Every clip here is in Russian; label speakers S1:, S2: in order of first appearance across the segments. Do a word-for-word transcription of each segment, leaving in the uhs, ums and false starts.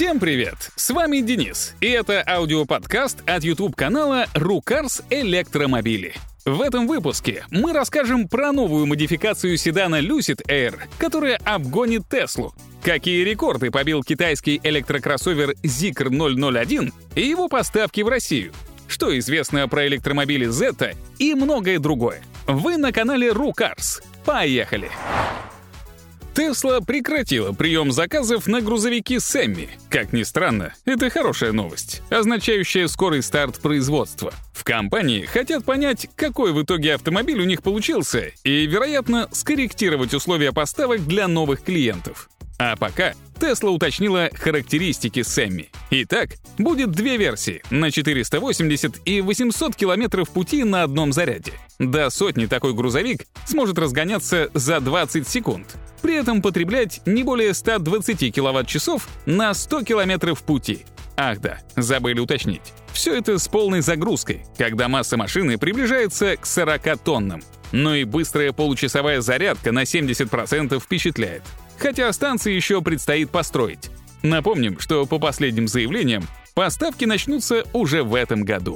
S1: Всем привет! С вами Денис, и это аудиоподкаст от YouTube-канала «Рукарс Электромобили». В этом выпуске мы расскажем про новую модификацию седана Lucid Air, которая обгонит Теслу, какие рекорды побил китайский электрокроссовер Zeekr ноль ноль один и его поставки в Россию, что известно про электромобили Zeta и многое другое. Вы на канале Рукарс. Поехали! Тесла прекратила прием заказов на грузовики Сэмми. Как ни странно, это хорошая новость, означающая скорый старт производства. В компании хотят понять, какой в итоге автомобиль у них получился, и, вероятно, скорректировать условия поставок для новых клиентов. А пока Тесла уточнила характеристики Сэмми. Итак, будет две версии на четыреста восемьдесят и восемьсот километров пути на одном заряде. До сотни такой грузовик сможет разгоняться за двадцать секунд. При этом потреблять не более ста двадцати киловатт-часов на сто километров пути. Ах да, забыли уточнить. Все это с полной загрузкой, когда масса машины приближается к сорока тоннам. Но и быстрая получасовая зарядка на семьдесят процентов впечатляет. Хотя станции еще предстоит построить. Напомним, что по последним заявлениям поставки начнутся уже в этом году.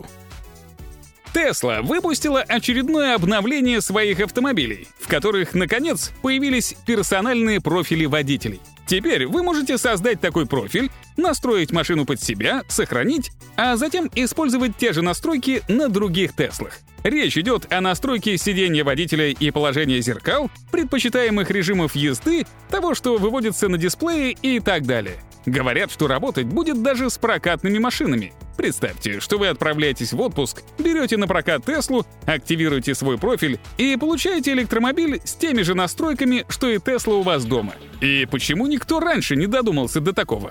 S1: Tesla выпустила очередное обновление своих автомобилей, в которых, наконец, появились персональные профили водителей. Теперь вы можете создать такой профиль, настроить машину под себя, сохранить, а затем использовать те же настройки на других Теслах. Речь идет о настройке сиденья водителя и положения зеркал, предпочитаемых режимов езды, того, что выводится на дисплее и так далее. Говорят, что работать будет даже с прокатными машинами. Представьте, что вы отправляетесь в отпуск, берете на прокат Теслу, активируете свой профиль и получаете электромобиль с теми же настройками, что и Тесла у вас дома. И почему никто раньше не додумался до такого?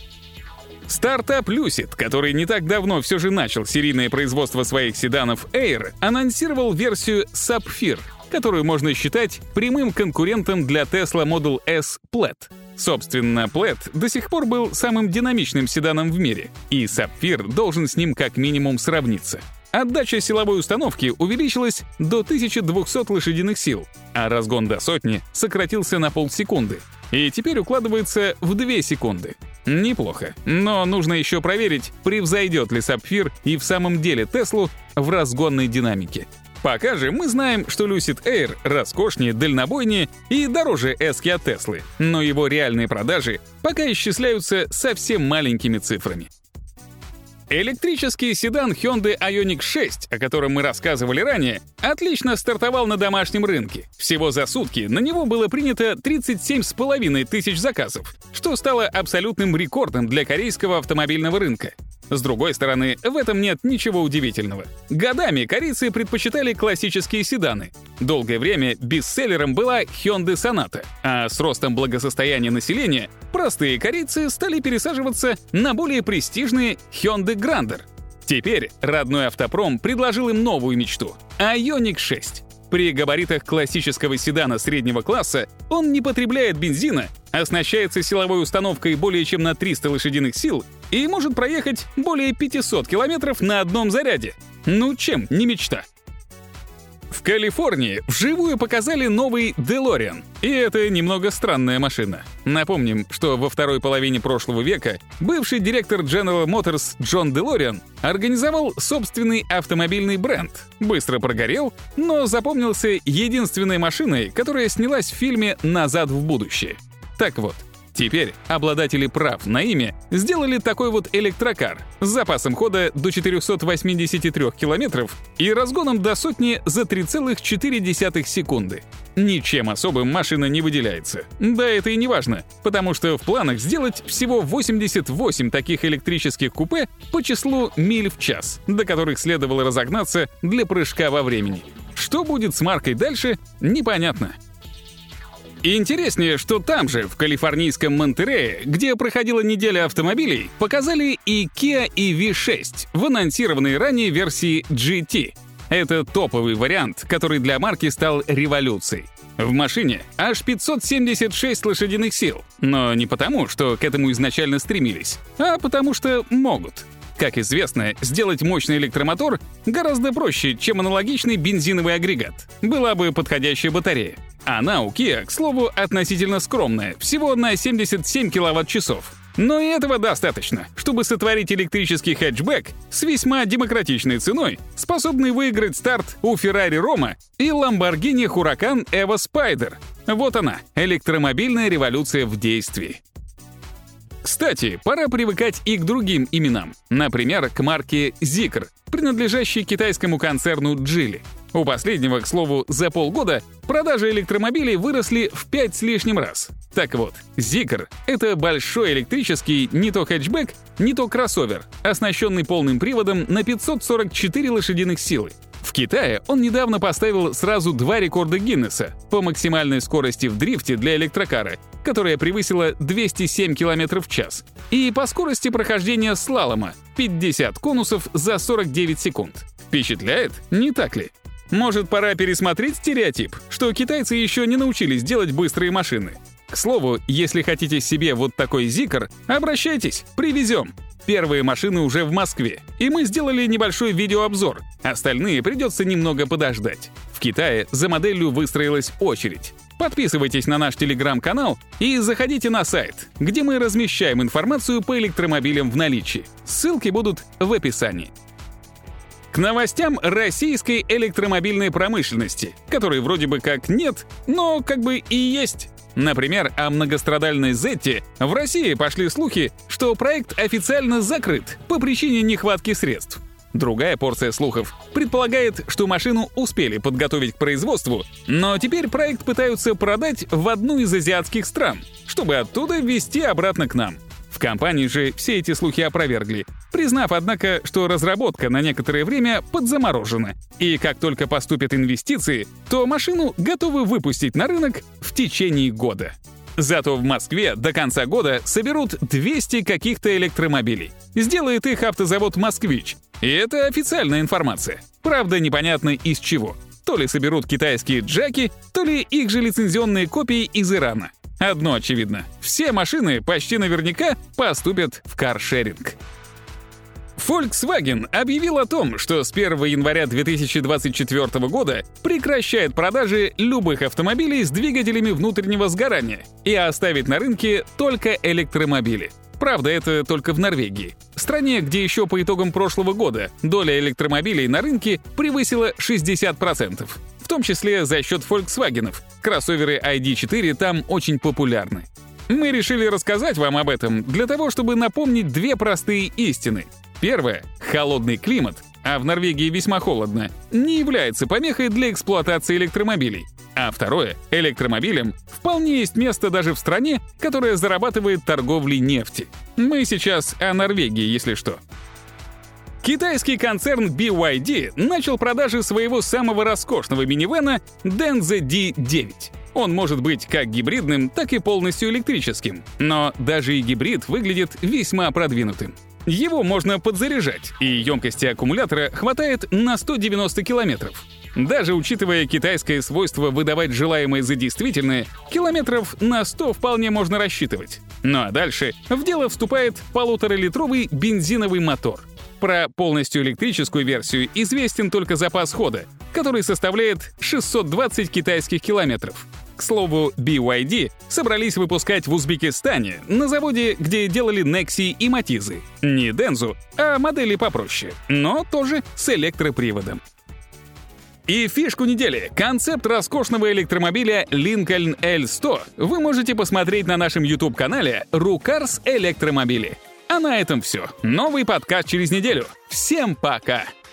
S1: Стартап Lucid, который не так давно все же начал серийное производство своих седанов Air, анонсировал версию Sapphire, которую можно считать прямым конкурентом для Tesla Model S Plaid. Собственно, Plaid до сих пор был самым динамичным седаном в мире, и Sapphire должен с ним как минимум сравниться. Отдача силовой установки увеличилась до тысячи двухсот лошадиных сил, а разгон до сотни сократился на полсекунды, и теперь укладывается в две секунды. Неплохо, но нужно еще проверить, превзойдет ли Sapphire и в самом деле Теслу в разгонной динамике. Пока же мы знаем, что Lucid Air роскошнее, дальнобойнее и дороже эски от Теслы, но его реальные продажи пока исчисляются совсем маленькими цифрами. Электрический седан Hyundai Ioniq шесть, о котором мы рассказывали ранее, отлично стартовал на домашнем рынке. Всего за сутки на него было принято тридцать семь с половиной тысяч заказов, что стало абсолютным рекордом для корейского автомобильного рынка. С другой стороны, в этом нет ничего удивительного. Годами корейцы предпочитали классические седаны. Долгое время бестселлером была Hyundai Sonata, а с ростом благосостояния населения простые корейцы стали пересаживаться на более престижные Hyundai Grandeur. Теперь родной автопром предложил им новую мечту — Ioniq шесть. При габаритах классического седана среднего класса он не потребляет бензина, оснащается силовой установкой более чем на триста лошадиных сил и может проехать более пятисот километров на одном заряде. Ну, чем не мечта? В Калифорнии вживую показали новый DeLorean, и это немного странная машина. Напомним, что во второй половине прошлого века бывший директор General Motors Джон DeLorean организовал собственный автомобильный бренд. Быстро прогорел, но запомнился единственной машиной, которая снялась в фильме «Назад в будущее». Так вот, теперь обладатели прав на имя сделали такой вот электрокар с запасом хода до четырехсот восьмидесяти трёх километров и разгоном до сотни за три целых четыре десятых секунды. Ничем особым машина не выделяется. Да это и не важно, потому что в планах сделать всего восемьдесят восемь таких электрических купе по числу миль в час, до которых следовало разогнаться для прыжка во времени. Что будет с маркой дальше, непонятно. И интереснее, что там же, в калифорнийском Монтерее, где проходила неделя автомобилей, показали и Kia и ви шесть в анонсированной ранее версии джи ти. Это топовый вариант, который для марки стал революцией. В машине аж пятьсот семьдесят шесть лошадиных сил, но не потому, что к этому изначально стремились, а потому что могут. Как известно, сделать мощный электромотор гораздо проще, чем аналогичный бензиновый агрегат. Была бы подходящая батарея. Она у Kia, к слову, относительно скромная, всего на семьдесят семь киловатт-часов. Но и этого достаточно, чтобы сотворить электрический хэтчбэк с весьма демократичной ценой, способный выиграть старт у Ferrari Roma и Lamborghini Huracan Evo Spider. Вот она, электромобильная революция в действии. Кстати, пора привыкать и к другим именам, например, к марке Zeekr, принадлежащей китайскому концерну Geely. У последнего, к слову, за полгода продажи электромобилей выросли в пять с лишним раз. Так вот, Zeekr — это большой электрический не то хэтчбэк, не то кроссовер, оснащенный полным приводом на пятьсот сорок четыре лошадиных силы. В Китае он недавно поставил сразу два рекорда Гиннесса по максимальной скорости в дрифте для электрокара, которая превысила двести семь километров в час, и по скорости прохождения слалома — пятьдесят конусов за сорок девять секунд. Впечатляет, не так ли? Может, пора пересмотреть стереотип, что китайцы еще не научились делать быстрые машины? К слову, если хотите себе вот такой Zeekr, обращайтесь, привезем. Первые машины уже в Москве, и мы сделали небольшой видеообзор. Остальные придется немного подождать. В Китае за моделью выстроилась очередь. Подписывайтесь на наш телеграм-канал и заходите на сайт, где мы размещаем информацию по электромобилям в наличии. Ссылки будут в описании. К новостям российской электромобильной промышленности, которой вроде бы как нет, но как бы и есть. Например, о многострадальной Зетте в России пошли слухи, что проект официально закрыт по причине нехватки средств. Другая порция слухов предполагает, что машину успели подготовить к производству, но теперь проект пытаются продать в одну из азиатских стран, чтобы оттуда везти обратно к нам. В компании же все эти слухи опровергли, признав, однако, что разработка на некоторое время подзаморожена, и как только поступят инвестиции, то машину готовы выпустить на рынок в течение года. Зато в Москве до конца года соберут двести каких-то электромобилей. Сделает их автозавод «Москвич». И это официальная информация. Правда, непонятно из чего. То ли соберут китайские джаки, то ли их же лицензионные копии из Ирана. Одно очевидно — все машины почти наверняка поступят в каршеринг. Volkswagen объявил о том, что с первого января две тысячи двадцать четвёртого года прекращает продажи любых автомобилей с двигателями внутреннего сгорания и оставит на рынке только электромобили. Правда, это только в Норвегии, стране, где еще по итогам прошлого года доля электромобилей на рынке превысила шестьдесят процентов. В том числе за счет Volkswagen'ов. Кроссоверы ай ди четыре там очень популярны. Мы решили рассказать вам об этом для того, чтобы напомнить две простые истины. Первое — холодный климат, а в Норвегии весьма холодно, не является помехой для эксплуатации электромобилей. А второе — электромобилям вполне есть место даже в стране, которая зарабатывает торговлей нефти. Мы сейчас о Норвегии, если что. Китайский концерн би вай ди начал продажи своего самого роскошного минивэна Denza ди девять. Он может быть как гибридным, так и полностью электрическим, но даже и гибрид выглядит весьма продвинутым. Его можно подзаряжать, и емкости аккумулятора хватает на сто девяносто километров. Даже учитывая китайское свойство выдавать желаемое за действительное, километров на сто вполне можно рассчитывать. Ну а дальше в дело вступает полуторалитровый бензиновый мотор. Про полностью электрическую версию известен только запас хода, который составляет шестьсот двадцать китайских километров. К слову, би вай ди собрались выпускать в Узбекистане, на заводе, где делали Nexi и Матизы. Не Дензу, а модели попроще, но тоже с электроприводом. И фишку недели — концепт роскошного электромобиля Lincoln эл сто вы можете посмотреть на нашем YouTube-канале «Рукарс Электромобили». А на этом все. Новый подкаст через неделю. Всем пока!